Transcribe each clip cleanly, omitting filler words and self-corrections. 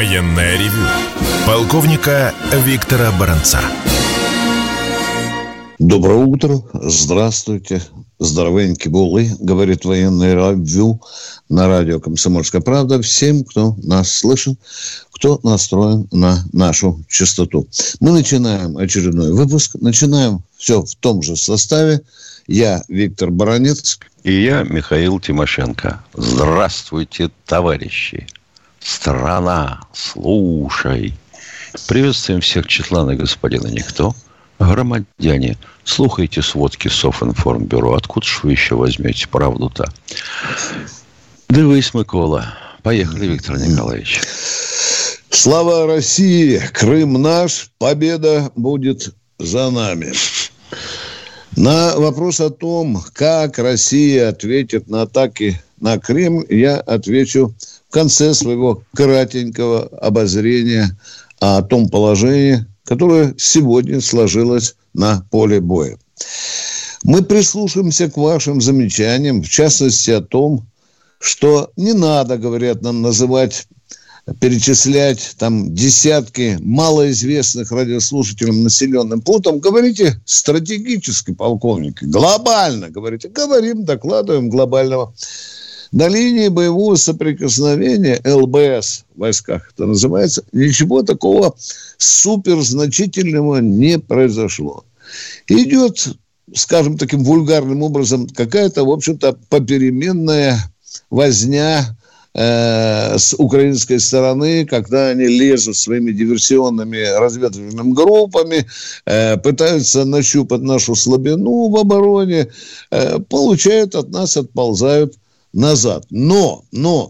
Военное ревю полковника Виктора Баранца. Доброе утро, здравствуйте, здоровеньки булы, говорит Военное ревю на радио «Комсомольская правда» всем, кто нас слышит, кто настроен на нашу частоту. Мы начинаем очередной выпуск, начинаем все в том же составе. Я Виктор Баранец. И я Михаил Тимошенко. Здравствуйте, товарищи. Страна, слушай. Приветствуем всех, Четлана господина Никто. Громадяне, слухайте сводки Софинформбюро. Откуда ж вы еще возьмете правду-то? Дивись, Микола. Поехали, Виктор Николаевич. Слава России! Крым наш, победа будет за нами. На вопрос о том, как Россия ответит на атаки на Крым, я отвечу в конце своего кратенького обозрения о том положении, которое сегодня сложилось на поле боя. Мы прислушаемся к вашим замечаниям, в частности о том, что не надо, говорят нам, перечислять там десятки малоизвестных радиослушателям населенным пунктам. Говорите стратегически, полковник, глобально говорите. Говорим, докладываем глобального. На линии боевого соприкосновения ЛБС в войсках это называется, ничего такого суперзначительного не произошло. Идет, скажем таким вульгарным образом, какая-то, в общем-то, попеременная возня с украинской стороны, когда они лезут своими диверсионными разведывательными группами, пытаются нащупать нашу слабину в обороне, получают от нас, отползают назад. Но,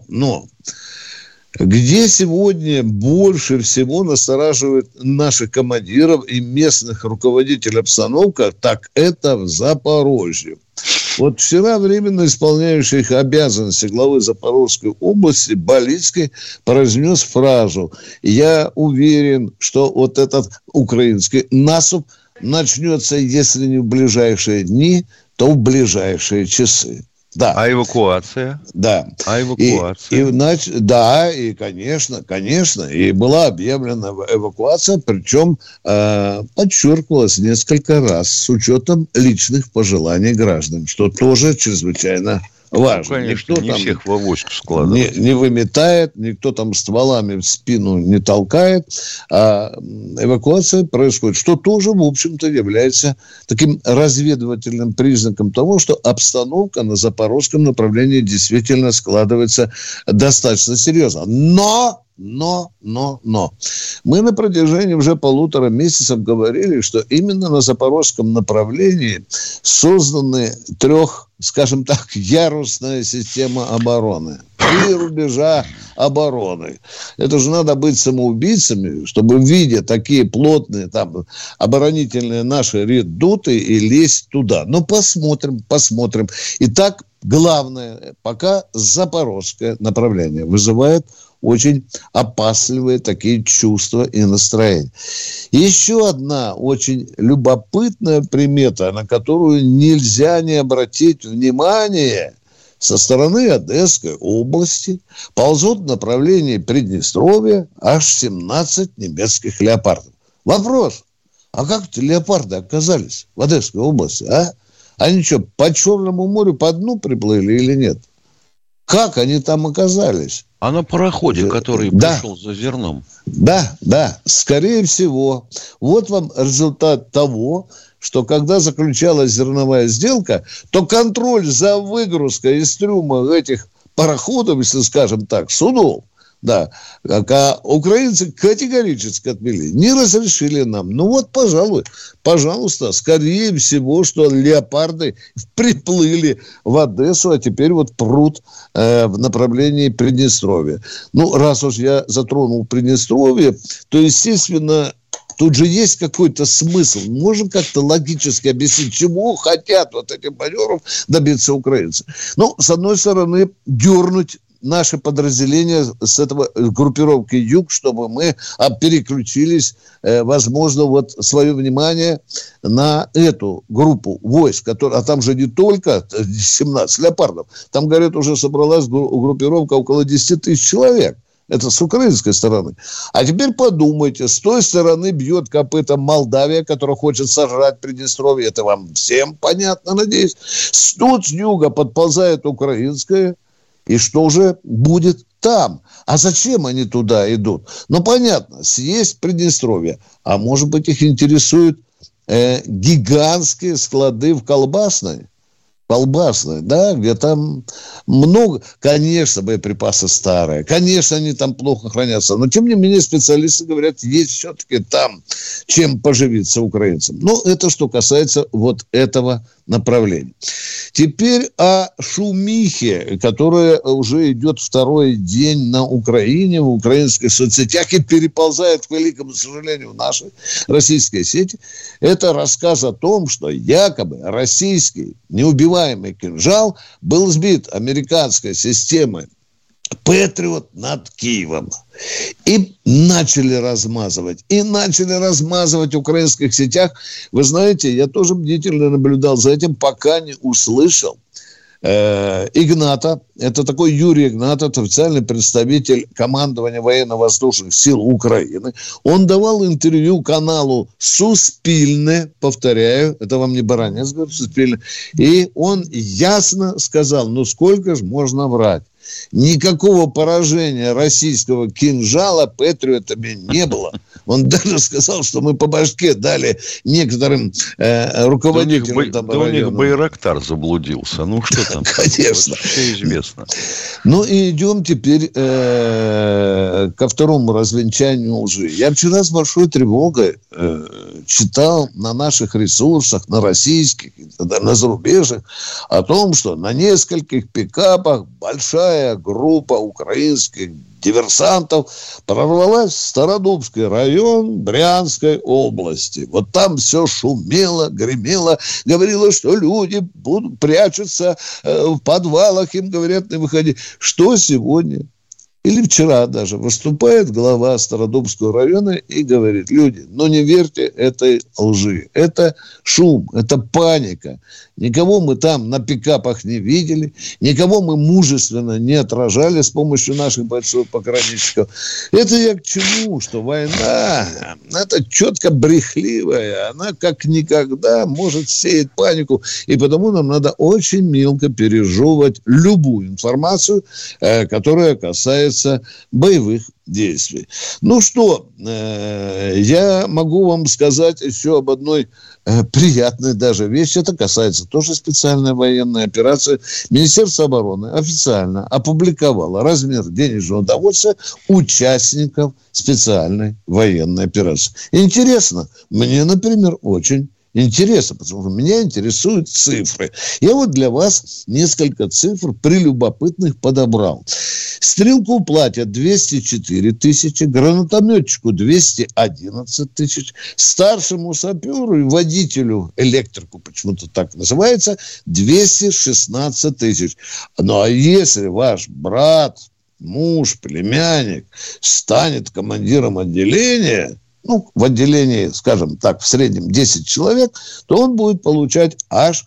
где сегодня больше всего настораживает наших командиров и местных руководителей обстановка, так это в Запорожье. Вот вчера временно исполняющий их обязанности главы Запорожской области Балицкий произнес фразу: «Я уверен, что вот этот украинский наступ начнется, если не в ближайшие дни, то в ближайшие часы». Да. А эвакуация? Да. А эвакуация? Да, и, конечно, и была объявлена эвакуация, причем подчеркивалось несколько раз с учетом личных пожеланий граждан, что тоже чрезвычайно важно. Ну, конечно, никто не там всех в авоську складывает. Не выметает, никто там стволами в спину не толкает, а эвакуация происходит, что тоже, в общем-то, является таким разведывательным признаком того, что обстановка на запорожском направлении действительно складывается достаточно серьезно. Но мы на протяжении уже 1,5 месяца говорили, что именно на запорожском направлении созданы скажем так, ярусная система обороны. 3 рубежа обороны. Это же надо быть самоубийцами, чтобы, видя такие плотные там оборонительные наши редуты, и лезть туда. Но посмотрим. Итак, главное, пока запорожское направление вызывает очень опасливые такие чувства и настроения. Еще одна очень любопытная примета, на которую нельзя не обратить внимание, со стороны Одесской области ползут в направлении Приднестровья аж 17 немецких леопардов. Вопрос: а как эти леопарды оказались в Одесской области, а? Они что, по Черному морю по дну приплыли или нет? Как они там оказались? А на пароходе, который пришел за зерном? Да, скорее всего. Вот вам результат того, что когда заключалась зерновая сделка, то контроль за выгрузкой из трюма этих пароходов, если скажем так, судов, да, а украинцы категорически отмели, не разрешили нам. Ну вот, пожалуйста, скорее всего, что леопарды приплыли в Одессу, а теперь вот прут в направлении Приднестровья. Ну, раз уж я затронул Приднестровье, то, естественно, тут же есть какой-то смысл. Можно как-то логически объяснить, чего хотят вот этим маневром добиться украинцы. Ну, с одной стороны, дернуть наши подразделения с этого группировки «Юг», чтобы мы переключились, возможно, вот свое внимание на эту группу войск, а там же не только 17 леопардов, там, говорят, уже собралась группировка около 10 тысяч человек. Это с украинской стороны. А теперь подумайте, с той стороны бьет копытом Молдавия, которая хочет сожрать Приднестровье. Это вам всем понятно, надеюсь. Тут с юга подползает украинская. И что же будет там? А зачем они туда идут? Ну, понятно, съесть Приднестровье. А может быть, их интересуют гигантские склады в колбасной, да, где там много, конечно, боеприпасы старые, конечно, они там плохо хранятся, но, тем не менее, специалисты говорят, есть все-таки там чем поживиться украинцам. Ну, это что касается вот этого направления. Теперь о шумихе, которая уже идет второй день на Украине, в украинских соцсетях и переползает, к великому сожалению, в наши российские сети. Это рассказ о том, что якобы российский неубиваемый кинжал был сбит американской системой «Патриот» над Киевом. И начали размазывать в украинских сетях. Вы знаете, я тоже бдительно наблюдал за этим, пока не услышал Игната. Это такой Юрий Игнатов, официальный представитель командования военно-воздушных сил Украины. Он давал интервью каналу «Суспильне», повторяю, это вам не Баранец, говорит, «Суспильне». И он ясно сказал, ну сколько же можно врать. Никакого поражения российского кинжала патриотами не было. Он даже сказал, что мы по башке дали некоторым руководителям. Да у них Байрактар заблудился. Ну, что там? Конечно. Все известно. Ну, и идем теперь ко второму развенчанию лжи. Я вчера с большой тревогой читал на наших ресурсах, на российских, на зарубежных, о том, что на нескольких пикапах большая группа украинских диверсантов прорвалась в Стародубский район Брянской области. Вот там все шумело, гремело, говорило, что люди прячутся в подвалах, им говорят, не выходи. Что сегодня? Или вчера даже выступает глава Стародубского района и говорит, люди, ну не верьте этой лжи. Это шум, это паника. Никого мы там на пикапах не видели, никого мы мужественно не отражали с помощью наших бойцов-пограничников. Это я к чему? Что война, это четко брехливая, она как никогда может сеять панику. И потому нам надо очень мелко пережевывать любую информацию, которая касается боевых действий. Ну что, я могу вам сказать еще об одной приятной даже вещи. Это касается тоже специальной военной операции. Министерство обороны официально опубликовало размер денежного удовольствия участников специальной военной операции. Интересно? Мне, например, очень интересно, потому что меня интересуют цифры. Я вот для вас несколько цифр прелюбопытных подобрал. Стрелку платят 204 тысячи, гранатометчику 211 тысяч, старшему саперу и водителю, электрику почему-то так называется, 216 тысяч. Ну, а если ваш брат, муж, племянник станет командиром отделения, ну, в отделении, скажем так, в среднем 10 человек, то он будет получать аж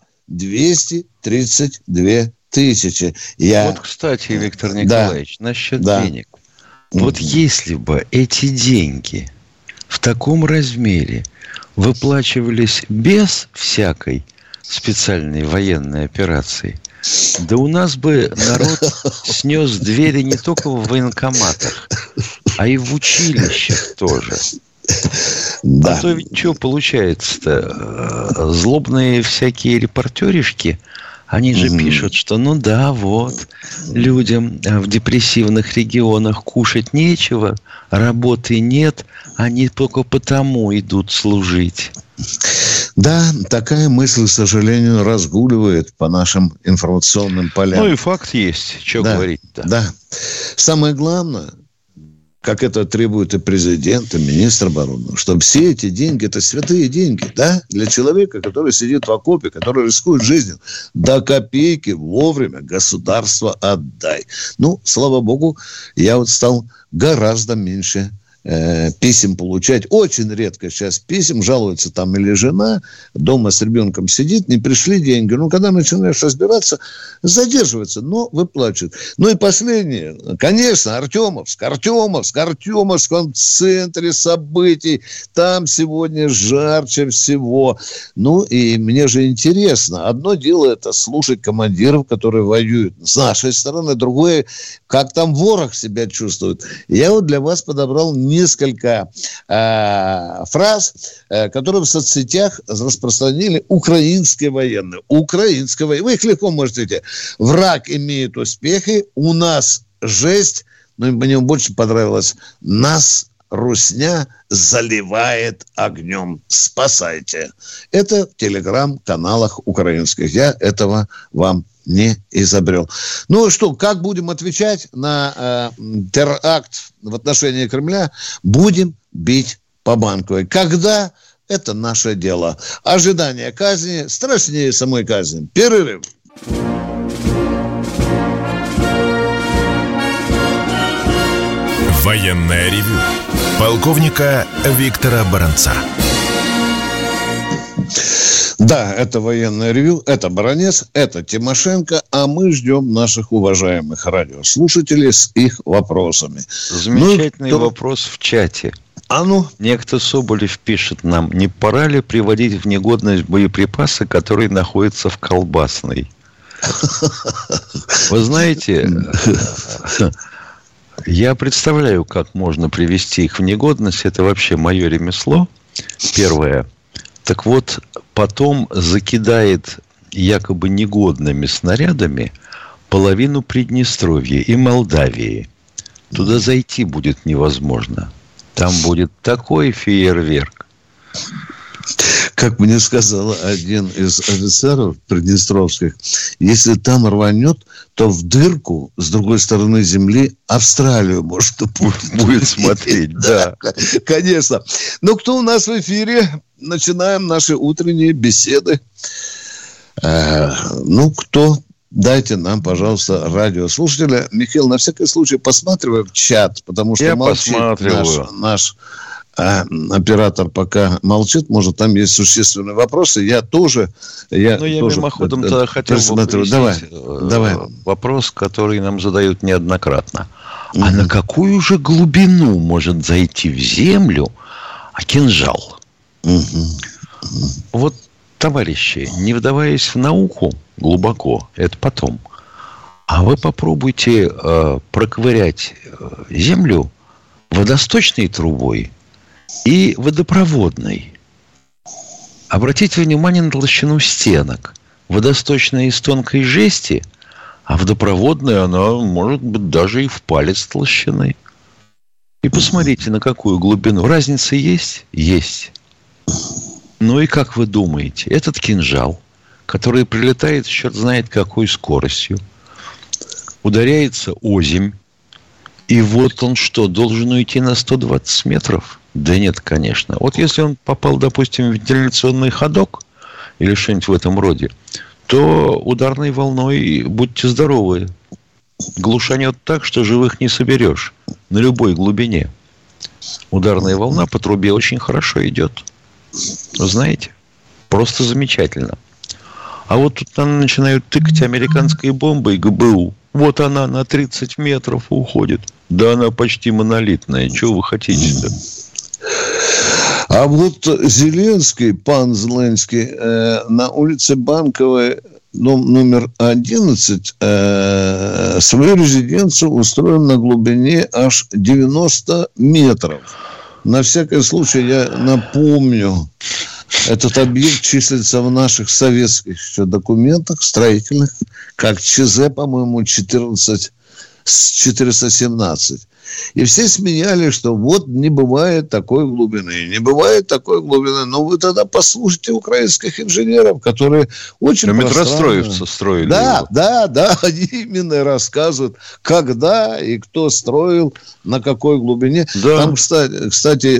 232 тысячи. Вот, кстати, Виктор Николаевич, насчет денег. Вот если бы эти деньги в таком размере выплачивались без всякой специальной военной операции, да у нас бы народ снес двери не только в военкоматах, а и в училищах тоже. Да. А то ведь что получается-то? Злобные всякие репортеришки, они же пишут, что ну да, вот, людям в депрессивных регионах кушать нечего, работы нет, они только потому идут служить. Да, такая мысль, к сожалению, разгуливает по нашим информационным полям. Ну и факт есть, что говорить-то. Да. Самое главное, как это требует и президент, и министр обороны, чтобы все эти деньги, это святые деньги, да, для человека, который сидит в окопе, который рискует жизнью, до копейки вовремя государство отдай. Ну, слава богу, я вот стал гораздо меньше писем получать. Очень редко сейчас писем. Жалуется там или жена, дома с ребенком сидит, не пришли деньги. Ну, когда начинаешь разбираться, задерживается, но выплачивают. Ну, и последнее. Конечно, Артемовск, он в центре событий. Там сегодня жарче всего. Ну, и мне же интересно. Одно дело это слушать командиров, которые воюют с нашей стороны. Другое, как там ворог себя чувствует. Я вот для вас подобрал несколько фраз, которые в соцсетях распространили украинские военные. Вы их легко можете видеть. Враг имеет успехи, у нас жесть, но мне больше понравилось. Нас русня заливает огнем. Спасайте. Это в телеграм-каналах украинских. Я этого вам не изобрел. Ну что, как будем отвечать на теракт в отношении Кремля? Будем бить по Банковой. Когда? Это наше дело. Ожидание казни страшнее самой казни. Перерыв. Военное ревю полковника Виктора Баранца. Да, это военное ревю, это Баранец, это Тимошенко, а мы ждем наших уважаемых радиослушателей с их вопросами. Замечательный вопрос в чате. А ну? Некто Соболев пишет нам, не пора ли приводить в негодность боеприпасы, которые находятся в колбасной? Вы знаете, я представляю, как можно привести их в негодность. Это вообще мое ремесло. Первое. Так вот, потом закидает якобы негодными снарядами половину Приднестровья и Молдавии. Туда зайти будет невозможно. Там будет такой фейерверк. Как мне сказал один из офицеров приднестровских, если там рванет, то в дырку с другой стороны земли Австралию можно будет смотреть. Да, конечно. Ну, кто у нас в эфире? Начинаем наши утренние беседы. Кто? Дайте нам, пожалуйста, радиослушателя. Михаил, на всякий случай посматривай в чат, потому что я молчит наш оператор пока молчит. Может, там есть существенные вопросы. Я тоже мимоходом хотел бы Давай. Вопрос, который нам задают неоднократно. А на какую же глубину может зайти в землю кинжал? Вот, товарищи, не вдаваясь в науку глубоко, это потом, а вы попробуйте проковырять землю водосточной трубой и водопроводной. Обратите внимание на толщину стенок. Водосточная из тонкой жести, а водопроводная, она может быть даже и в палец толщины. И посмотрите, на какую глубину. Разница есть? Есть. Ну и как вы думаете, этот кинжал, который прилетает черт знает какой скоростью, ударяется озимь, и вот он что, должен уйти на 120 метров? Да нет, конечно. Вот если он попал, допустим, в вентиляционный ходок или что-нибудь в этом роде, то ударной волной, будьте здоровы, глушанет так, что живых не соберешь на любой глубине. Ударная волна по трубе очень хорошо идет. Вы знаете? Просто замечательно. А вот тут нам начинают тыкать американской бомбой ГБУ. Вот она на 30 метров уходит. Да она почти монолитная. Чего вы хотите-то? А вот Зеленский, пан Зеленский, на улице Банковой, дом номер 11, свою резиденцию устроил на глубине аж 90 метров. На всякий случай я напомню, этот объект числится в наших советских еще документах строительных, как ЧЗ, по-моему, 417. И все смеялись, что вот не бывает такой глубины. Не бывает такой глубины. Но вы тогда послушайте украинских инженеров, которые очень метростроевцы строили. Да, они именно рассказывают, когда и кто строил, на какой глубине. Да. Там, кстати,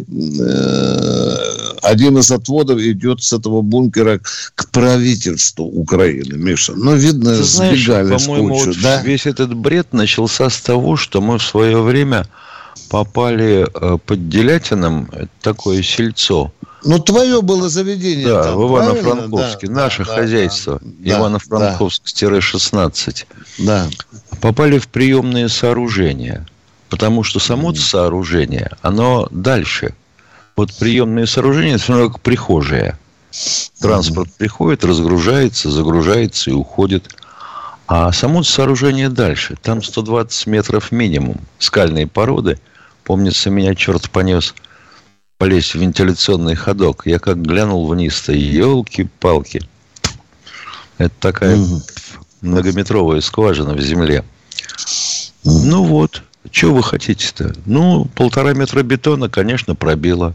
один из отводов идет с этого бункера к правительству Украины, Миша. Но, видно, сбегали с кучу. Весь этот бред начался с того, что мы в свое время попали под Делятином, такое сельцо. Ну, твое было заведение. Да, там, в Ивано-Франковске. Наше хозяйство. Ивано-Франковск-16. Да. Попали в приемные сооружения. Потому что само сооружение, оно дальше. Вот приемные сооружения, это все как прихожая. Транспорт приходит, разгружается, загружается и уходит. А само сооружение дальше. Там 120 метров минимум. Скальные породы. Помнится, меня черт понес полезть в вентиляционный ходок. Я как глянул вниз-то, елки-палки. Это такая многометровая скважина в земле. Ну вот. Чего вы хотите-то? 1,5 метра бетона, конечно, пробило.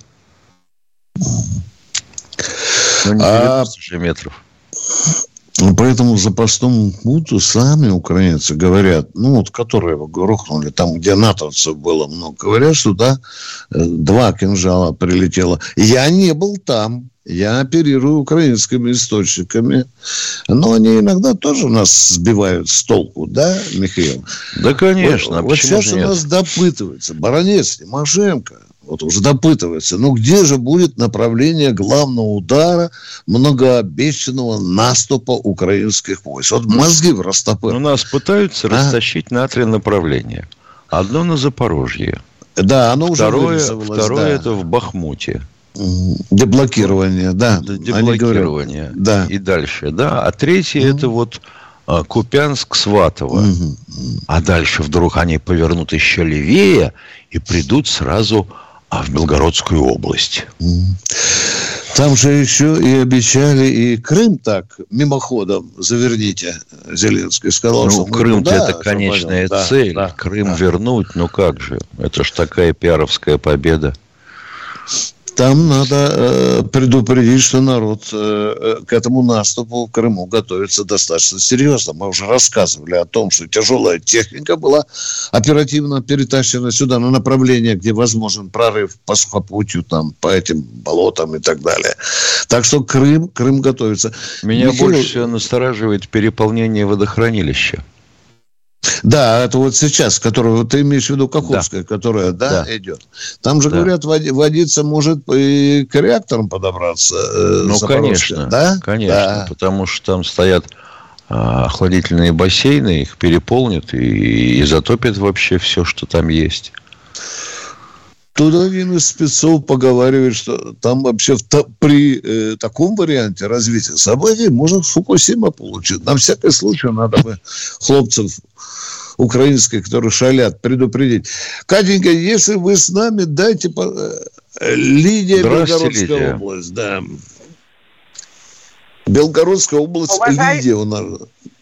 Но не 90 же метров. Поэтому запасному пункту сами украинцы говорят, которые рухнули, там, где натовцев было много, говорят, что 2 кинжала прилетело. Я не был там. Я оперирую украинскими источниками. Но они иногда тоже нас сбивают с толку, да, Михаил? Да, конечно. Вот сейчас у нас допытывается баронец Тимошенко. Вот уже допытывается. Где же будет направление главного удара многообещанного наступа украинских войск? Вот мозги в растопырку. У нас пытаются растащить на 3 направления. Одно на Запорожье. Да, оно уже вырисовалось. Второе это в Бахмуте. Деблокирование, да. Деблокирование. Да. И дальше, да. А третье это Купянск, Сватово. А дальше вдруг они повернут еще левее и придут сразу в Белгородскую область. Там же еще и обещали и Крым так мимоходом заверните. Зеленский сказал, что Крым это конечная цель. Да, Крым вернуть, как же. Это ж такая пиаровская победа. Там надо предупредить, что народ к этому наступу в Крыму готовится достаточно серьезно. Мы уже рассказывали о том, что тяжелая техника была оперативно перетащена сюда на направление, где возможен прорыв по сухопутью, там, по этим болотам и так далее. Так что Крым готовится. Меня больше всего настораживает переполнение водохранилища. Да, это вот сейчас, которую ты имеешь в виду Каховская, которая, идет. Там же, говорят, водиться может и к реакторам подобраться. Конечно, да? Конечно, потому что там стоят охладительные бассейны, их переполнят и затопят вообще все, что там есть. Тут один из спецов поговаривает, что там вообще при таком варианте развития событий может Фукусима получить. На всякий случай надо бы хлопцев украинских, которые шалят, предупредить. Катенька, если вы с нами, дайте Лидия, Белгородская область. Да. Белгородская область, Лидия у нас.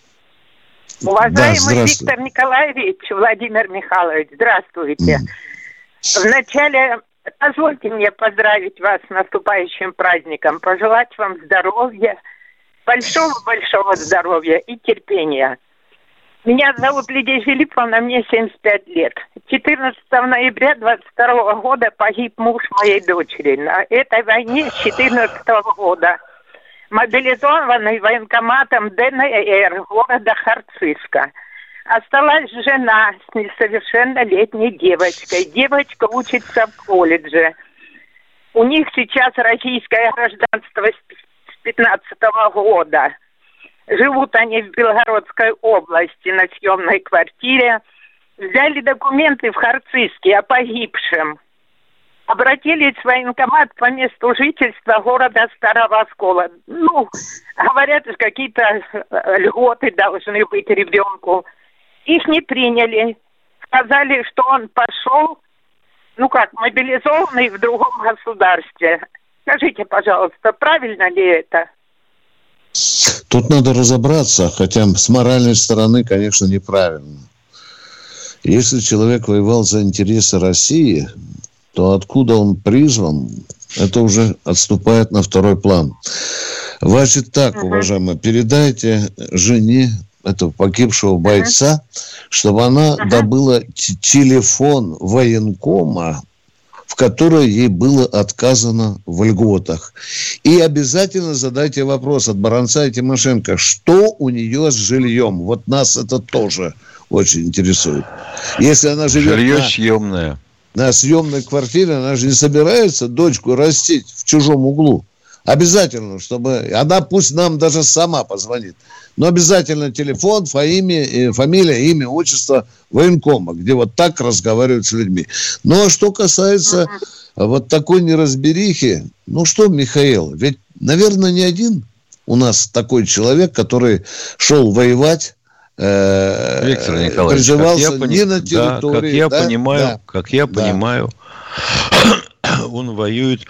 Уважаемый Виктор Николаевич, Владимир Михайлович, здравствуйте. Вначале позвольте мне поздравить вас с наступающим праздником, пожелать вам здоровья, большого-большого здоровья и терпения. Меня зовут Лидия Филипповна, мне 75 лет. 14 ноября 22 года погиб муж моей дочери. На этой войне с 14 года мобилизованный военкоматом ДНР города Харциска. Осталась жена с несовершеннолетней девочкой. Девочка учится в колледже. У них сейчас российское гражданство с 15 года. Живут они в Белгородской области на съемной квартире. Взяли документы в Харциске о погибшем. Обратились в военкомат по месту жительства города Старого Оскола. Говорят, какие-то льготы должны быть ребенку. Их не приняли. Сказали, что он пошел, мобилизованный в другом государстве. Скажите, пожалуйста, правильно ли это? Тут надо разобраться, хотя с моральной стороны, конечно, неправильно. Если человек воевал за интересы России, то откуда он призван, это уже отступает на второй план. Значит так, уважаемые, передайте жене этого погибшего бойца, чтобы она добыла телефон военкома, в которой ей было отказано в льготах. И обязательно задайте вопрос от Баранца и Тимошенко, что у нее с жильем. Вот нас это тоже очень интересует. Если она живет жилье съемное. на съемной квартире, она же не собирается дочку растить в чужом углу. Обязательно, чтобы... Она пусть нам даже сама позвонит. Но обязательно телефон, фамилия, имя, отчество военкома, где вот так разговаривают с людьми. Ну, а что касается вот такой неразберихи, ну что, Михаил, ведь, наверное, не один у нас такой человек, который шел воевать, Виктор Николаевич, призывался не на территории. Как я понимаю, он воюет...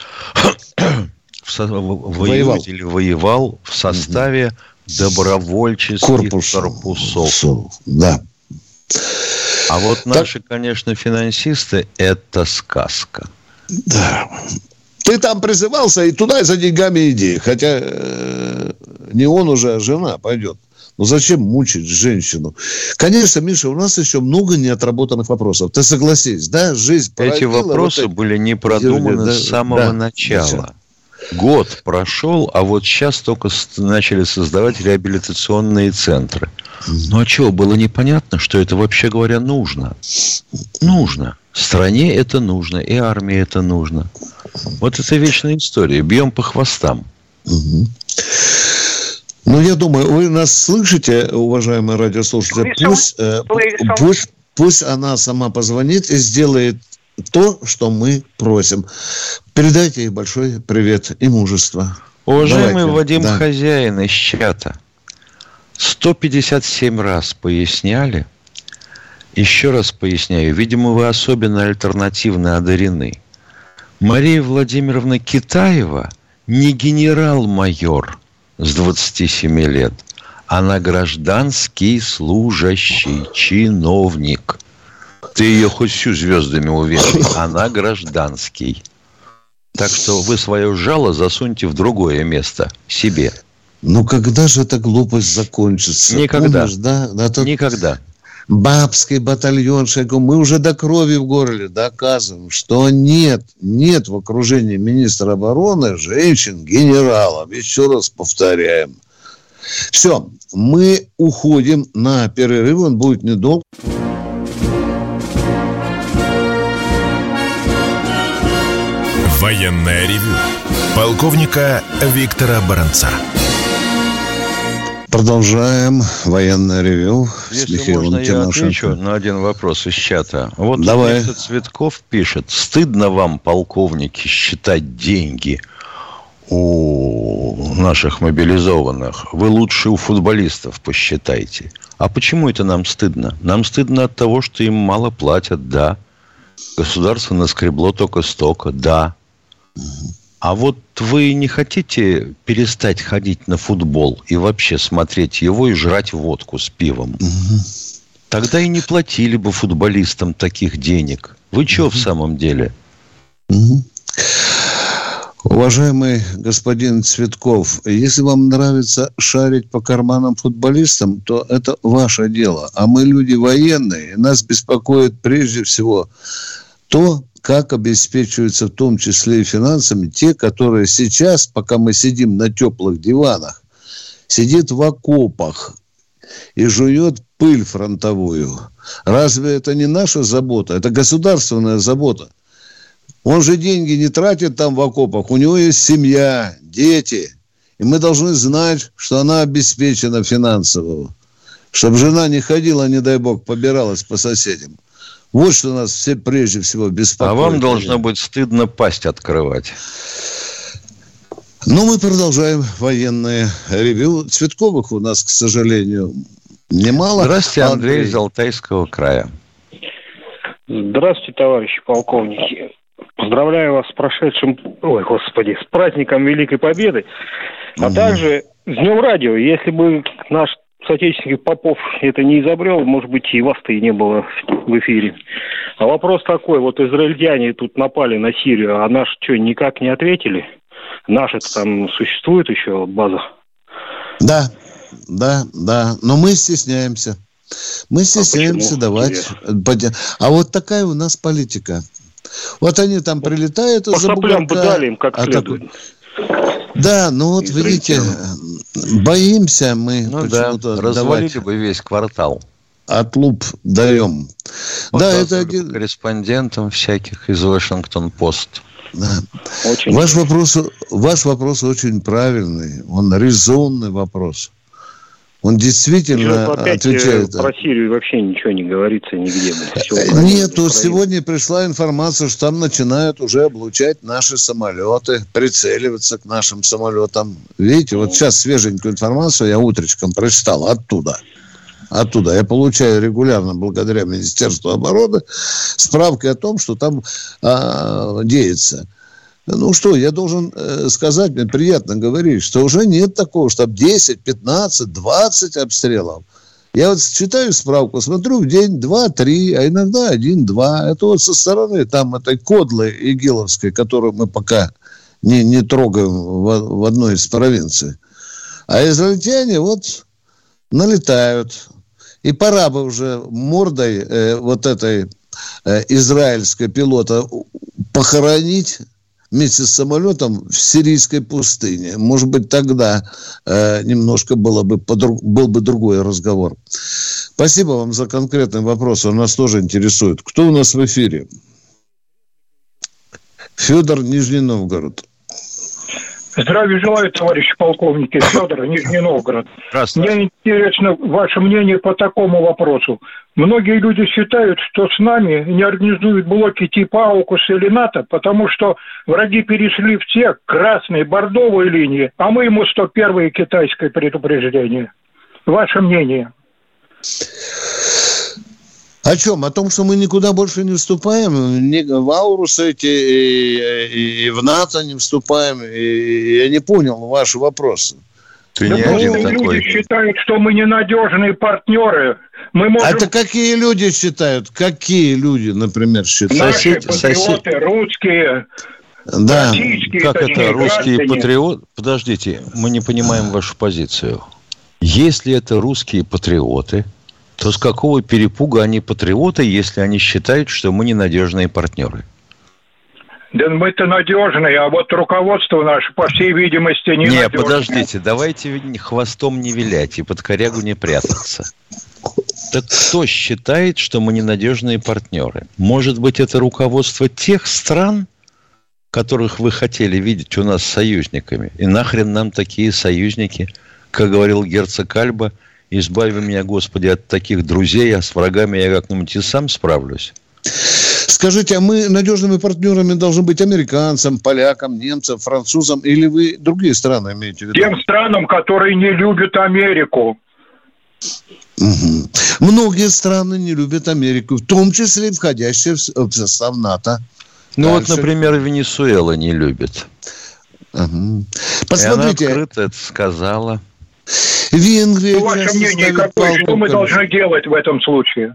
воевал в составе добровольческих корпусов. Да. А вот наши, конечно, финансисты – это сказка. Да. Ты там призывался, и туда за деньгами иди. Хотя не он уже, а жена пойдет. Ну, зачем мучить женщину? Конечно, Миша, у нас еще много неотработанных вопросов. Ты согласись, да? Жизнь породила... Эти вопросы были не продуманы с самого начала. Год прошел, а вот сейчас только начали создавать реабилитационные центры. Ну, а что, было непонятно, что это, вообще говоря, нужно? Нужно. Стране это нужно, и армии это нужно. Вот это вечная история. Бьем по хвостам. Ну, я думаю, вы нас слышите, уважаемые радиослушатели? Пусть она сама позвонит и сделает то, что мы просим. Передайте ей большой привет и мужество. Уважаемый Вадим Хозяин из чата, 157 раз поясняли. Еще раз поясняю. Видимо, вы особенно альтернативно одарены. Мария Владимировна Китаева не генерал-майор с 27 лет. Она гражданский служащий, чиновник. Ты ее хоть всю звездами уверен. Она гражданский. Так что вы свое жало засуньте в другое место. Себе. Ну, когда же эта глупость закончится? Никогда. Помнишь, да? Никогда. Бабский батальон Шойгу. Мы уже до крови в горле доказываем, что нет в окружении министра обороны женщин-генералов. Еще раз повторяем. Все, мы уходим на перерыв. Он будет недолго. Военное ревю полковника Виктора Баранца. Продолжаем военное ревю с Михаилом Тимошенко. Я отвечу на один вопрос из чата. Вот Миша Цветков пишет: стыдно вам, полковники, считать деньги у наших мобилизованных. Вы лучше у футболистов посчитайте. А почему это нам стыдно? Нам стыдно от того, что им мало платят, да. Государство наскребло только столько, да. А вот вы не хотите перестать ходить на футбол и вообще смотреть его и жрать водку с пивом? Тогда и не платили бы футболистам таких денег. Вы что в самом деле? Уважаемый господин Цветков, если вам нравится шарить по карманам футболистам, то это ваше дело. А мы люди военные, и нас беспокоит прежде всего то, как обеспечиваются в том числе и финансами те, которые сейчас, пока мы сидим на теплых диванах, сидит в окопах и жует пыль фронтовую. Разве это не наша забота? Это государственная забота. Он же деньги не тратит там в окопах. У него есть семья, дети. И мы должны знать, что она обеспечена финансово. Чтобы жена не ходила, не дай бог, побиралась по соседям. Вот что нас все прежде всего беспокоит. А вам должно быть стыдно пасть открывать. Ну, мы продолжаем военное ревью. Цветковых у нас, к сожалению, немало. Здравствуйте, Андрей из Алтайского края. Здравствуйте, товарищи полковники. Поздравляю вас с прошедшим, с праздником Великой Победы. А также с Днем Радио. Если бы наш соотечественник Попов это не изобрел, может быть, и вас-то и не было в эфире. А вопрос такой, вот израильтяне тут напали на Сирию, а наши что, никак не ответили? Наши-то там существует еще база? Да. Но мы стесняемся. Мы стесняемся давать. А вот такая у нас политика. Вот они там прилетают из-за бугорка. По соплям бы дали им как следует. Да, ну вот видите, боимся мы почему-то развалили бы весь квартал. Отлуп даем. Да, это один... корреспондентом всяких из Вашингтон-Пост. Да. Ваш вопрос очень правильный, он резонный вопрос. Он действительно отвечает. Про Сирию вообще ничего не говорится нигде. Нет, сегодня пришла информация, что там начинают уже облучать наши самолеты, прицеливаться к нашим самолетам. Видите, вот сейчас свеженькую информацию я утречком прочитал оттуда. Я получаю регулярно, благодаря Министерству обороны, справки о том, что там деется. Ну что, я должен сказать, мне приятно говорить, что уже нет такого, что 10, 15, 20 обстрелов. Я вот читаю справку, смотрю в день 2-3, а иногда 1-2. Это вот со стороны там этой кодлы игиловской, которую мы пока не трогаем в одной из провинций. А израильтяне вот налетают. И пора бы уже мордой вот этой израильской пилота похоронить вместе с самолетом в сирийской пустыне. Может быть, тогда немножко был бы другой разговор. Спасибо вам за конкретный вопрос. Он нас тоже интересует. Кто у нас в эфире? Федор, Нижний Новгород. Здравия желаю, товарищи полковники. Федор, Нижний Новгород. Мне интересно ваше мнение по такому вопросу. Многие люди считают, что с нами не организуют блоки типа АУКУС или НАТО, потому что враги перешли в те красные, бордовые линии, а мы ему 101-е китайское предупреждение. Ваше мнение? О чем? О том, что мы никуда больше не вступаем? Ни в Аурус и в НАТО не вступаем? Я не понял ваши вопросы. Люди считают, что мы ненадежные партнеры. Мы можем... Это какие люди считают? Какие люди, например, считают? Наши патриоты, русские. Да. Как это русские патриоты? Подождите, мы не понимаем вашу позицию. Если это русские патриоты, то с какого перепуга они патриоты, если они считают, что мы ненадежные партнеры? Да мы-то надежные, а вот руководство наше, по всей видимости, не надежное. Не, подождите, давайте хвостом не вилять и под корягу не прятаться. Так кто считает, что мы ненадежные партнеры? Может быть, это руководство тех стран, которых вы хотели видеть у нас союзниками? И нахрен нам такие союзники? Как говорил герцог Альба, избави меня, Господи, от таких друзей, а с врагами я как-нибудь и сам справлюсь. Скажите, а мы надежными партнерами должны быть американцам, полякам, немцам, французам, или вы другие страны имеете в виду? Тем странам, которые не любят Америку. Угу. Многие страны не любят Америку, в том числе входящие в состав НАТО. Ну дальше. Вот, например, Венесуэла не любит. Угу. Посмотрите. И она открыто это сказала. Венгрия. Ну, ваше мнение какое? Что мы должны делать в этом случае?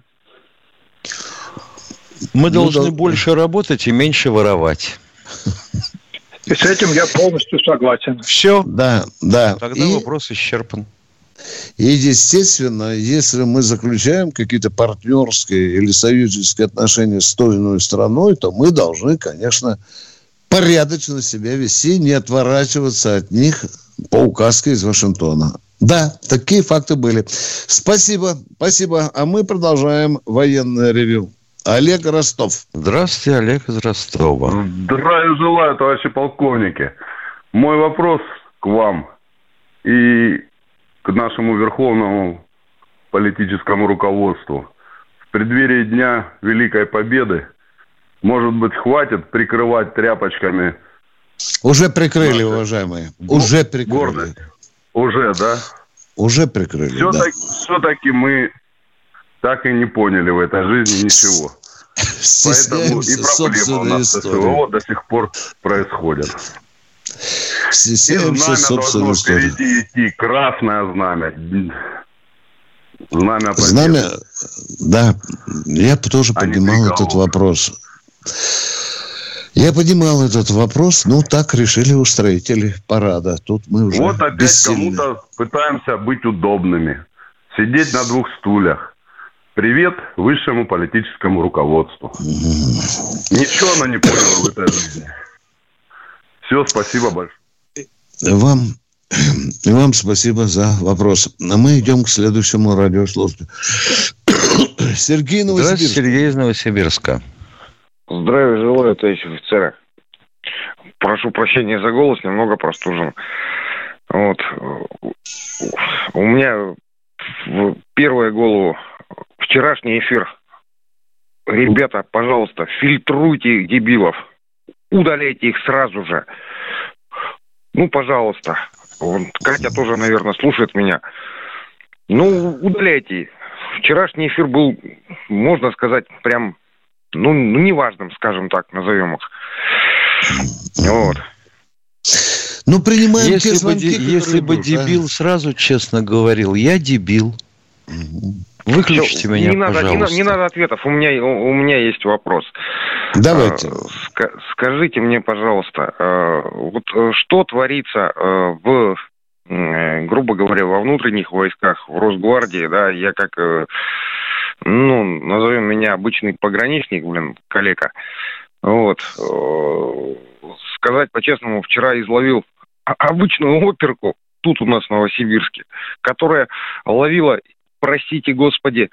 Мы должны больше работать и меньше воровать. И с этим я полностью согласен. Все? Да. Тогда вопрос исчерпан. И, естественно, если мы заключаем какие-то партнерские или союзнические отношения с той или иной страной, то мы должны, конечно, порядочно себя вести, не отворачиваться от них по указке из Вашингтона. Да, такие факты были. Спасибо. А мы продолжаем военное ревью. Олег, Ростов. Здравствуйте, Олег из Ростова. Здравия желаю, товарищи полковники. Мой вопрос к вам и к нашему верховному политическому руководству. В преддверии Дня Великой Победы, может быть, хватит прикрывать тряпочками... Уже прикрыли, уважаемые. Уже прикрыли. Гордость. Уже, да? Уже прикрыли, Все-таки мы так и не поняли в этой жизни ничего. Поэтому и проблемы у нас с СВО до сих пор происходят. Стесняемся собственной истории. Впереди идти красное знамя. Знамя победы. Знамя, да. Я тоже поднимал этот вопрос. Ну, так решили устроители парада. Тут мы уже вот опять бессильны. Кому-то пытаемся быть удобными. Сидеть на двух стульях. Привет высшему политическому руководству. Ничего оно не поняло в этой жизни. Все, спасибо большое. Вам спасибо за вопрос. А мы идем к следующему радиослушателю. Сергей Новосибирск. Здравствуйте, Сергей из Новосибирска. Здравия желаю, товарищ офицеры. Прошу прощения за голос, немного простужен. Вот. У меня в первую голову вчерашний эфир. Ребята, пожалуйста, фильтруйте дебилов. Удаляйте их сразу же. Ну, пожалуйста. Катя тоже, наверное, слушает меня. Ну, удаляйте. Вчерашний эфир был, можно сказать, прям, неважным, скажем так, назовем их. Вот. Ну, принимаем те звонки, если бы дебил сразу честно говорил, я дебил. Выключите меня, пожалуйста. Не надо ответов, у меня есть вопрос. Давайте. Скажите мне, пожалуйста, вот что творится грубо говоря, во внутренних войсках, в Росгвардии, да, я как, назовем меня обычный пограничник, калека. Вот. Сказать по-честному, вчера изловил обычную оперку, тут у нас в Новосибирске, которая ловила, простите господи,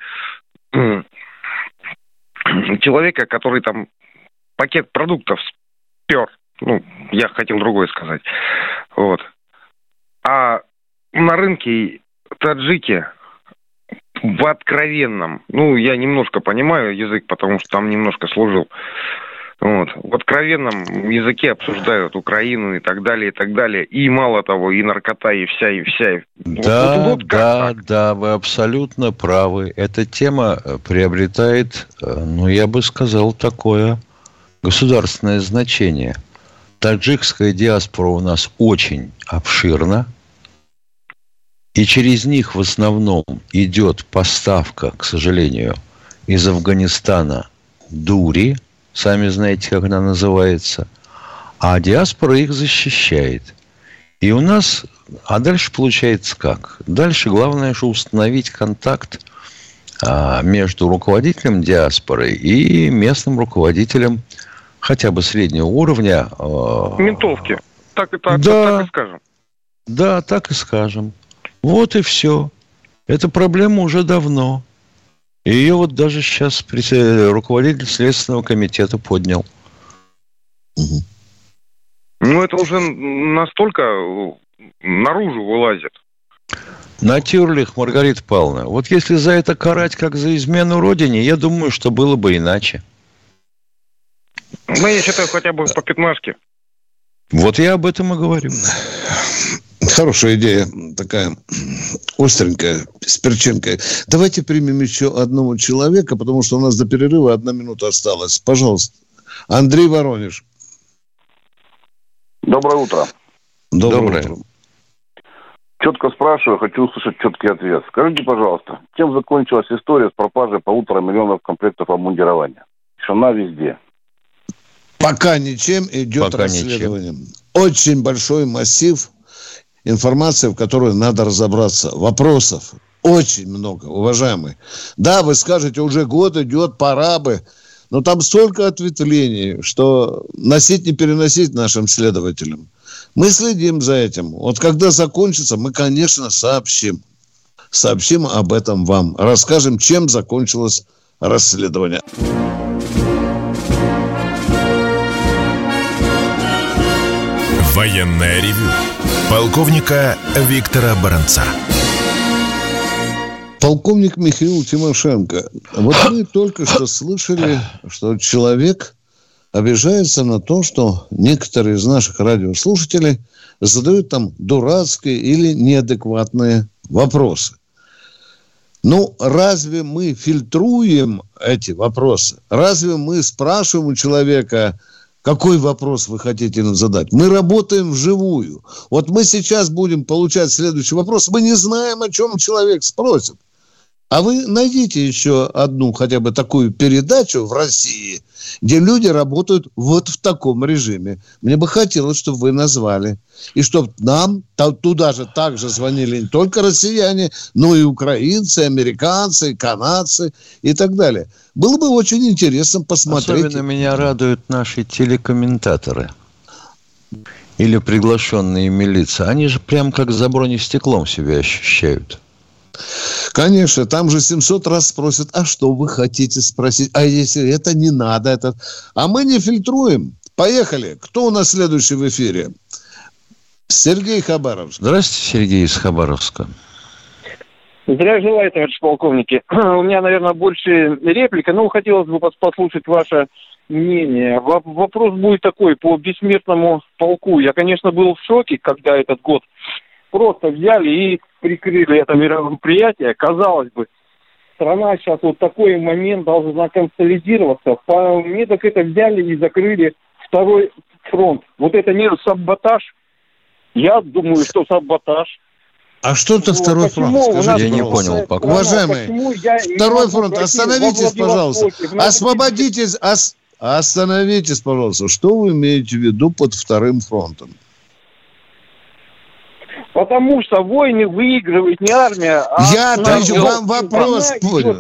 человека, который там пакет продуктов спер. Я хотел другое сказать. Вот. А на рынке таджики в откровенном, я немножко понимаю язык, потому что там немножко служил. Вот. В откровенном языке обсуждают Украину и так далее. И мало того, и наркота, и вся. Да, вы абсолютно правы. Эта тема приобретает, я бы сказал, такое государственное значение. Таджикская диаспора у нас очень обширна. И через них в основном идет поставка, к сожалению, из Афганистана дури. Сами знаете, как она называется. А диаспора их защищает. И у нас... А дальше получается как? Дальше главное, что установить контакт между руководителем диаспоры и местным руководителем хотя бы среднего уровня. Ментовки. Так и скажем. Да, так и скажем. Вот и все. Эта проблема уже давно. И ее вот даже сейчас руководитель Следственного комитета поднял. Это уже настолько наружу вылазит. Натюрлих, Маргарита Павловна. Вот если за это карать, как за измену Родине, я думаю, что было бы иначе. Я считаю, хотя бы по пятнашке. Вот я об этом и говорю. Хорошая идея, такая остренькая, с перчинкой. Давайте примем еще одного человека, потому что у нас до перерыва 1 минута осталась. Пожалуйста. Андрей, Воронеж. Доброе утро. Доброе утро. Четко спрашиваю, хочу услышать четкий ответ. Скажите, пожалуйста, чем закончилась история с пропажей 1,5 миллиона комплектов обмундирования? Она везде. Пока ничем, идет расследование. Очень большой массив информации, в которой надо разобраться. Вопросов очень много, уважаемые. Да, вы скажете, уже год идет, пора бы. Но там столько ответвлений, что носить не переносить нашим следователям. Мы следим за этим. Вот когда закончится, мы, конечно, сообщим. Сообщим об этом вам. Расскажем, чем закончилось расследование. Военное ревю полковника Виктора Баранца. Полковник Михаил Тимошенко. Вот мы только что слышали, что человек обижается на то, что некоторые из наших радиослушателей задают там дурацкие или неадекватные вопросы. Разве мы фильтруем эти вопросы? Разве мы спрашиваем у человека, какой вопрос вы хотите нам задать? Мы работаем вживую. Вот мы сейчас будем получать следующий вопрос. Мы не знаем, о чем человек спросит. А вы найдите еще одну хотя бы такую передачу в России, где люди работают вот в таком режиме. Мне бы хотелось, чтобы вы назвали. И чтобы нам туда же также звонили не только россияне, но и украинцы, американцы, канадцы и так далее. Было бы очень интересно посмотреть. Особенно меня радуют наши телекомментаторы или приглашенные милиции. Они же прям как за бронестеклом себя ощущают. Конечно, там же 700 раз спросят, а что вы хотите спросить? А если это не надо? А мы не фильтруем. Поехали. Кто у нас следующий в эфире? Сергей Хабаровск. Здравствуйте, Сергей из Хабаровска. Здравия желаю, товарищ полковники. У меня, наверное, больше реплика, но хотелось бы послушать ваше мнение. Вопрос будет такой, по бессмертному полку. Я, конечно, был в шоке, когда этот год просто взяли и прикрыли это мероприятие. Казалось бы, страна сейчас вот такой момент должна консолидироваться. По мне так это взяли и закрыли второй фронт. Вот это не саботаж. Я думаю, что саботаж. А что это второй фронт? Скажите, я не понял. Уважаемый, второй фронт, остановитесь, пожалуйста. Освободитесь, остановитесь, пожалуйста. Что вы имеете в виду под вторым фронтом? Потому что войны выигрывает не армия, а... Я даю вам вопрос.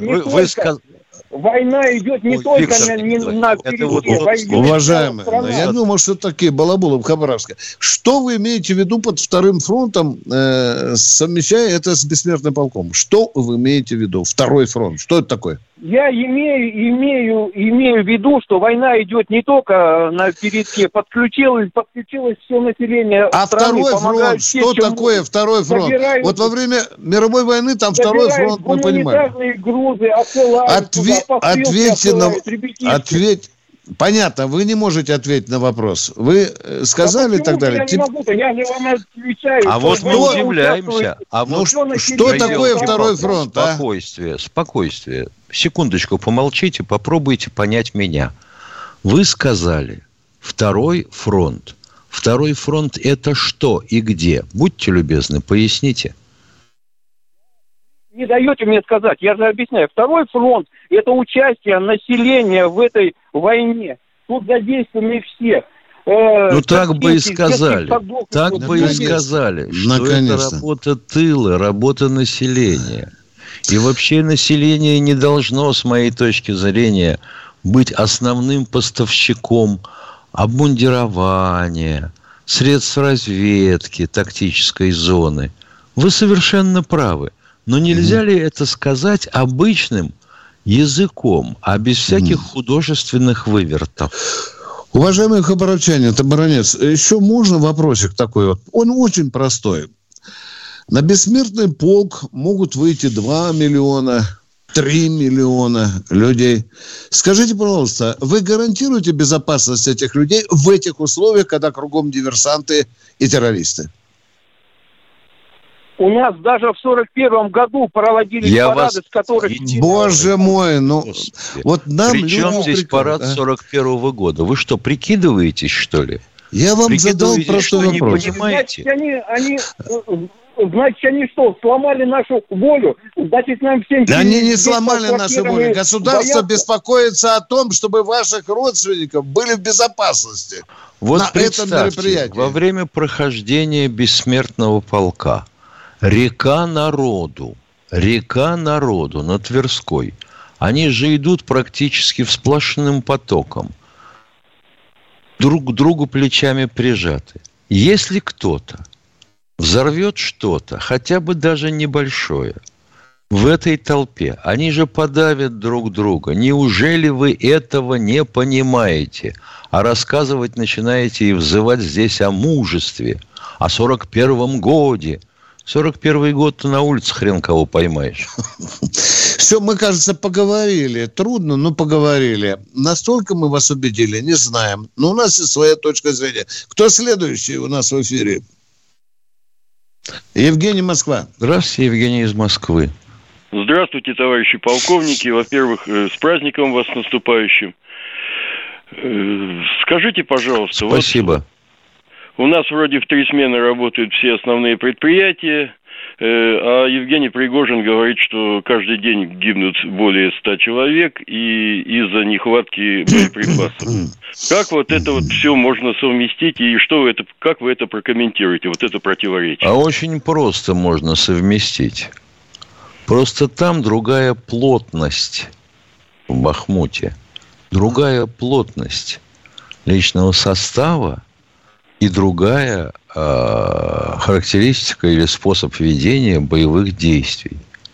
Война идет не только на передке. Уважаемые, я думал, что такие балабулы в Хабаровске. Что вы имеете в виду под вторым фронтом, совмещая это с бессмертным полком? Что вы имеете в виду? Второй фронт. Что это такое? Я имею в виду, что война идет не только на передке. Подключилось все население. А страны, второй фронт? Что такое второй фронт? Вот во время мировой войны там второй фронт, мы понимаем. Грузы, ответьте на... Понятно, вы не можете ответить на вопрос. Вы сказали и так далее. Я не могу, я же вам отвечаю. А вот мы удивляемся. Что такое второй фронт? Спокойствие. Секундочку, помолчите, попробуйте понять меня. Вы сказали второй фронт. Второй фронт – это что и где? Будьте любезны, поясните. Не даете мне сказать, я же объясняю. Второй фронт – это участие населения в этой войне. Тут задействованы все. Так бы и сказали. Так бы и сказали, что это работа тыла, работа населения. И вообще население не должно, с моей точки зрения, быть основным поставщиком обмундирования, средств разведки, тактической зоны. Вы совершенно правы. Но нельзя ли это сказать обычным языком, а без всяких художественных вывертов? Уважаемые хабаровчане, это Баранец, еще можно вопросик такой вот? Он очень простой. На бессмертный полк могут выйти 2 миллиона, 3 миллиона людей. Скажите, пожалуйста, вы гарантируете безопасность этих людей в этих условиях, когда кругом диверсанты и террористы? У нас даже в 41-м году проводились парады, с которых... Боже мой, вот нам... При чем здесь парад 41-го года? Вы что, прикидываетесь, что ли? Я вам задал простой вопрос. Не понимаете? Значит, они что, сломали нашу волю? Значит, нам всем... Они не сломали нашу волю. Государство беспокоится о том, чтобы ваших родственников были в безопасности. Вот представьте, во время прохождения бессмертного полка река народу на Тверской. Они же идут практически сплошным потоком. Друг к другу плечами прижаты. Если кто-то взорвет что-то, хотя бы даже небольшое, в этой толпе, они же подавят друг друга. Неужели вы этого не понимаете? А рассказывать начинаете и взывать здесь о мужестве, о 41-м годе. 41-й год-то на улице хрен кого поймаешь. Все, мы, кажется, поговорили. Трудно, но поговорили. Настолько мы вас убедили, не знаем. Но у нас есть своя точка зрения. Кто следующий у нас в эфире? Евгений, Москва. Здравствуйте, Евгений из Москвы. Здравствуйте, товарищи полковники. Во-первых, с праздником вас наступающим. Скажите, пожалуйста. Спасибо. У нас вроде в 3 смены работают все основные предприятия, а Евгений Пригожин говорит, что каждый день гибнут более 100 человек и из-за нехватки боеприпасов. Как вот это вот все можно совместить и как вы это прокомментируете, вот это противоречие? А очень просто можно совместить. Просто там другая плотность в Бахмуте, другая плотность личного состава, и другая характеристика или способ ведения боевых действий.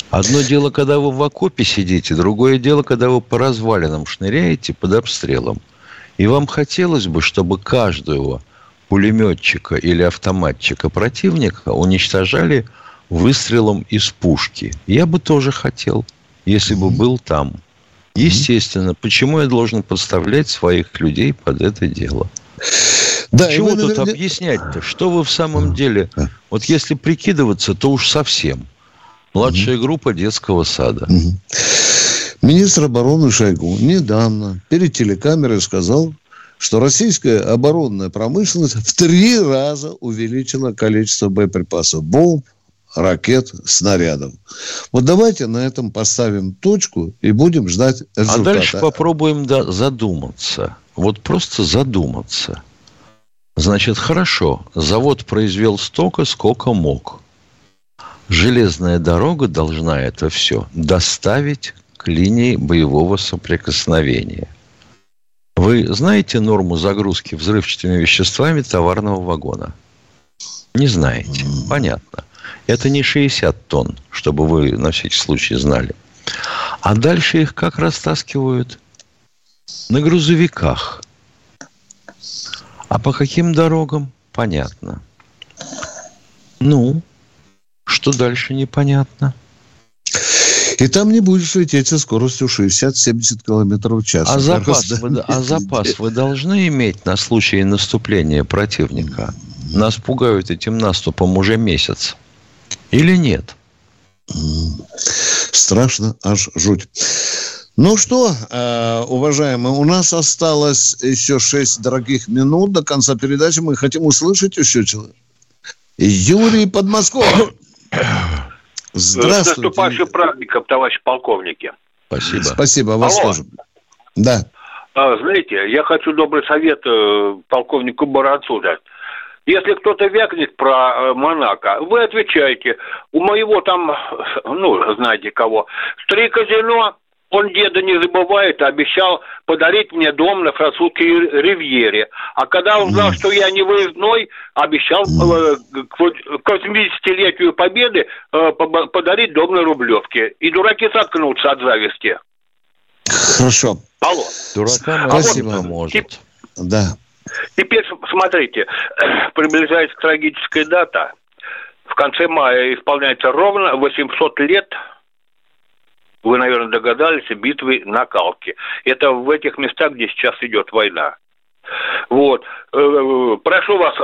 Одно дело, когда вы в окопе сидите, другое дело, когда вы по развалинам шныряете под обстрелом. И вам хотелось бы, чтобы каждого пулеметчика или автоматчика противника уничтожали выстрелом из пушки. Я бы тоже хотел, если бы был там. Естественно, почему я должен подставлять своих людей под это дело? Да, чего тут объяснять-то? Что вы в самом деле... Вот если прикидываться, то уж совсем. Младшая группа детского сада. Министр обороны Шойгу недавно перед телекамерой сказал, что российская оборонная промышленность в 3 раза увеличила количество боеприпасов, бомб, ракет, снарядов. Вот давайте на этом поставим точку и будем ждать результата. А дальше попробуем задуматься. Вот просто задуматься. Значит, хорошо, завод произвел столько, сколько мог. Железная дорога должна это все доставить к линии боевого соприкосновения. Вы знаете норму загрузки взрывчатыми веществами товарного вагона? Не знаете. Понятно. Это не 60 тонн, чтобы вы на всякий случай знали. А дальше их как растаскивают? На грузовиках. А по каким дорогам? Понятно. Ну, что дальше непонятно. И там не будешь лететь со скоростью 60-70 км в час. А запас вы должны иметь на случай наступления противника? Нас пугают этим наступом уже месяц. Или нет? Страшно, аж жуть. Ну что, уважаемые, у нас осталось еще 6 дорогих минут до конца передачи. Мы хотим услышать еще человека. Юрий Подмосковье. Здравствуйте. С наступающим праздником, товарищи полковники. Спасибо. Спасибо, вас тоже. Да. Знаете, я хочу добрый совет полковнику Баранцу дать. Если кто-то вякнет про Монако, вы отвечаете. У моего там, знаете кого, 3 казино, он деда не забывает, обещал подарить мне дом на французской ривьере. А когда он узнал, что я не выездной, обещал к 80-летию Победы подарить дом на Рублевке. И дураки заткнутся от зависти. Хорошо. Алло. Дуракам спасибо поможет. Да. Теперь смотрите, приближается трагическая дата. В конце мая исполняется ровно 800 лет, вы, наверное, догадались, битвы на Калке. Это в этих местах, где сейчас идет война. Вот. Прошу вас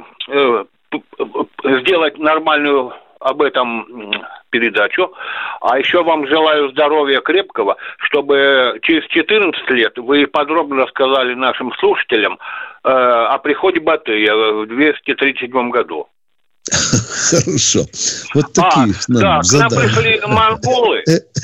сделать нормальную об этом передачу. А еще вам желаю здоровья крепкого, чтобы через 14 лет вы подробно рассказали нашим слушателям о приходе Батыя в 237 году. Хорошо. Вот такие к нам пришли монголы.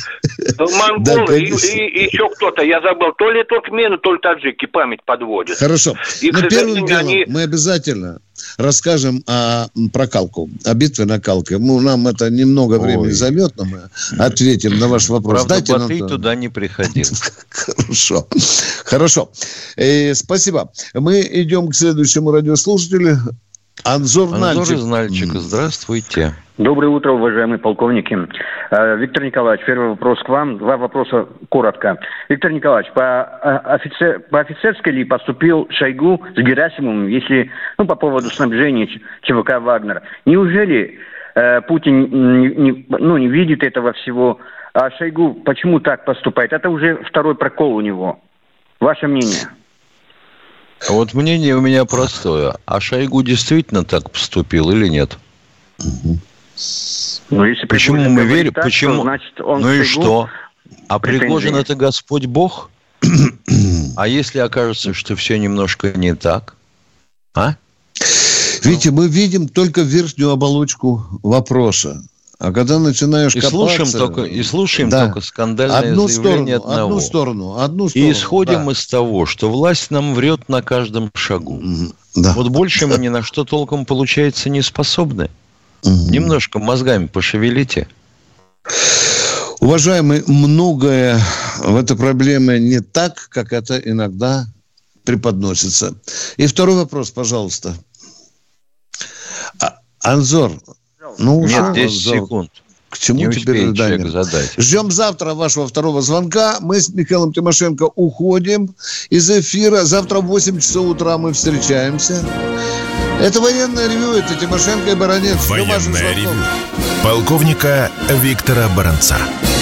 И еще кто-то, я забыл, то ли туркмены, то ли таджики, память подводит. Хорошо. Но первым делом мы обязательно расскажем про Калку, о битве на Калке. Нам это немного времени займет, но мы ответим на ваш вопрос. Правда, Батый туда не приходил. Хорошо. Спасибо. Мы идем к следующему радиослушателю. Анзор из Нальчика. Здравствуйте. Доброе утро, уважаемые полковники. Виктор Николаевич, первый вопрос к вам. 2 вопроса коротко. Виктор Николаевич, по офицерской ли поступил Шойгу с Герасимовым, если, по поводу снабжения ЧВК «Вагнер»? Неужели Путин не видит этого всего? А Шойгу почему так поступает? Это уже второй прокол у него. Ваше мнение? Вот мнение у меня простое. А Шойгу действительно так поступил или нет? Если почему мы верим? Так, почему? Значит, он и что? А Пригожин это Господь Бог? А если окажется, что все немножко не так? Видите, мы видим только верхнюю оболочку вопроса. А когда начинаешь копаться... И слушаем только скандальное заявление одного. Одну сторону. И исходим из того, что власть нам врет на каждом шагу. Да. Вот больше мы ни на что толком, получается, не способны. Немножко мозгами пошевелите. Уважаемый, многое в этой проблеме не так, как это иногда преподносится. И второй вопрос, пожалуйста. Анзор. Нет, 10 секунд. К чему теперь ожидание? Ждем завтра вашего второго звонка. Мы с Михаилом Тимошенко уходим из эфира. Завтра в 8 часов утра мы встречаемся. Это военное ревю, это Тимошенко и Баранец. Военное ревю полковника Виктора Баранца.